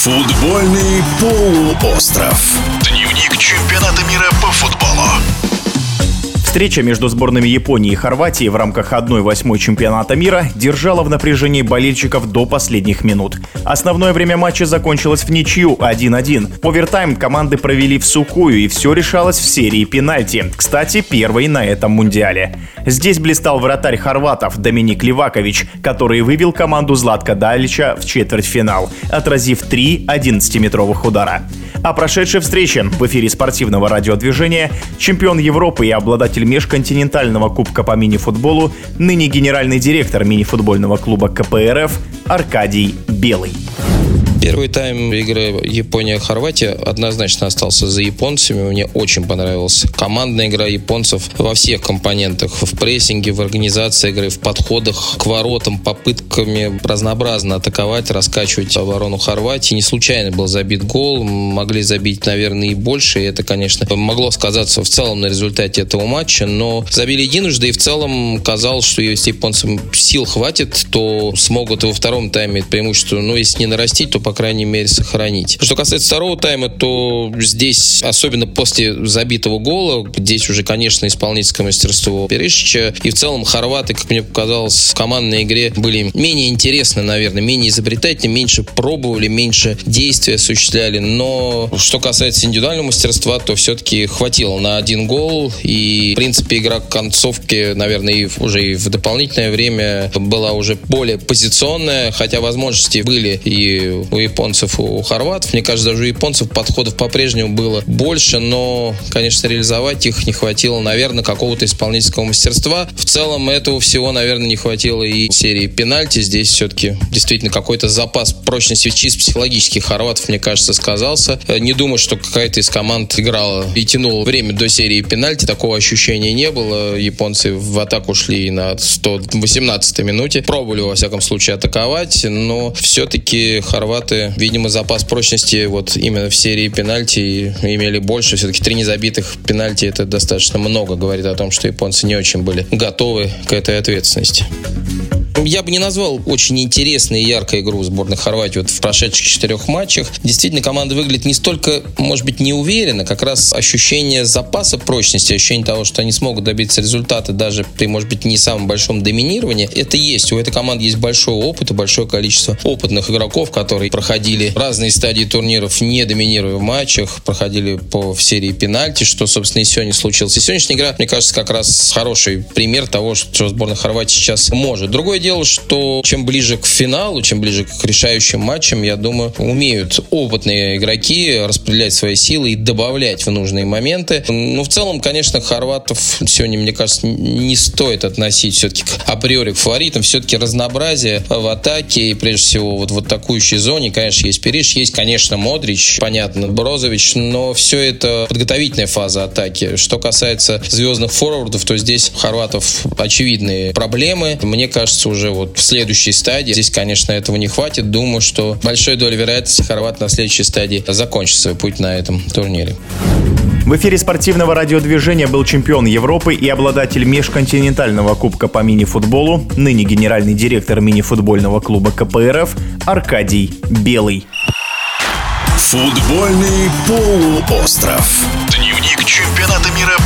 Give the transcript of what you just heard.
Футбольный полуостров. Дневник чемпионата мира по футболу. Встреча между сборными Японии и Хорватии в рамках 1/8 чемпионата мира держала в напряжении болельщиков до последних минут. Основное время матча закончилось в ничью 1-1. Овертайм команды провели в сухую, и все решалось в серии пенальти. Кстати, первой на этом мундиале. Здесь блистал вратарь хорватов Доминик Ливакович, который вывел команду Златка Далича в четвертьфинал, отразив 3 11-метровых удара. О прошедшей встрече в эфире спортивного радиодвижения чемпион Европы и обладатель межконтинентального кубка по мини-футболу, ныне генеральный директор мини-футбольного клуба КПРФ Аркадий Белый. Первый тайм игры Япония-Хорватия однозначно остался за японцами. Мне очень понравилась командная игра японцев во всех компонентах. В прессинге, в организации игры, в подходах к воротам, попытками разнообразно атаковать, раскачивать оборону Хорватии. Не случайно был забит гол. Могли забить, наверное, и больше. И это, конечно, могло сказаться в целом на результате этого матча. Но забили единожды, и в целом казалось, что если японцам сил хватит, то смогут и во втором тайме это преимущество, если не нарастить, то по крайней мере сохранить. Что касается второго тайма, то здесь, особенно после забитого гола, здесь уже, конечно, исполнительское мастерство Перишича. И в целом хорваты, как мне показалось, в командной игре были менее интересны, наверное, менее изобретательны, меньше пробовали, меньше действий осуществляли. Но что касается индивидуального мастерства, то все-таки хватило на один гол. И, в принципе, игра к концовке, наверное, уже и в дополнительное время была уже более позиционная, хотя возможности были и у японцев, у хорватов. Мне кажется, даже у японцев подходов по-прежнему было больше, но, конечно, реализовать их не хватило, наверное, какого-то исполнительского мастерства. В целом этого всего, наверное, не хватило и в серии пенальти. Здесь все-таки действительно какой-то запас прочности чисто психологических хорватов, мне кажется, сказался. Не думаю, что какая-то из команд играла и тянула время до серии пенальти. Такого ощущения не было. Японцы в атаку шли на 118-й минуте. Пробовали, во всяком случае, атаковать, но все-таки хорваты, видимо, запас прочности вот именно в серии пенальти имели больше. Все-таки 3 незабитых пенальти — это достаточно много. Говорит о том, что японцы не очень были готовы к этой ответственности. Я бы не назвал очень интересной и яркой игру сборной Хорватии в прошедших 4 матчах. Действительно, команда выглядит не столько, может быть, неуверенно, как раз ощущение запаса прочности, ощущение того, что они смогут добиться результата даже при, может быть, не самом большом доминировании. Это есть. У этой команды есть большой опыт и большое количество опытных игроков, которые проходили разные стадии турниров, не доминируя в матчах, проходили в серии пенальти, что, собственно, и сегодня случилось. И сегодняшняя игра, мне кажется, как раз хороший пример того, что сборная Хорватии сейчас может. Другое дело, что чем ближе к финалу, чем ближе к решающим матчам, я думаю, умеют опытные игроки распределять свои силы и добавлять в нужные моменты. Но в целом, конечно, хорватов сегодня, мне кажется, не стоит относить все-таки априори к фаворитам. Все-таки разнообразие в атаке, и прежде всего вот в атакующей зоне, конечно, есть Периш, есть, конечно, Модрич, понятно, Брозович, но все это подготовительная фаза атаки. Что касается звездных форвардов, то здесь у хорватов очевидные проблемы. Мне кажется, уже вот в следующей стадии. Здесь, конечно, этого не хватит. Думаю, что большой долей вероятности хорват на следующей стадии закончит свой путь на этом турнире. В эфире спортивного радиодвижения был чемпион Европы и обладатель межконтинентального кубка по мини-футболу, ныне генеральный директор мини-футбольного клуба КПРФ Аркадий Белый. Футбольный полуостров. Дневник чемпионата мира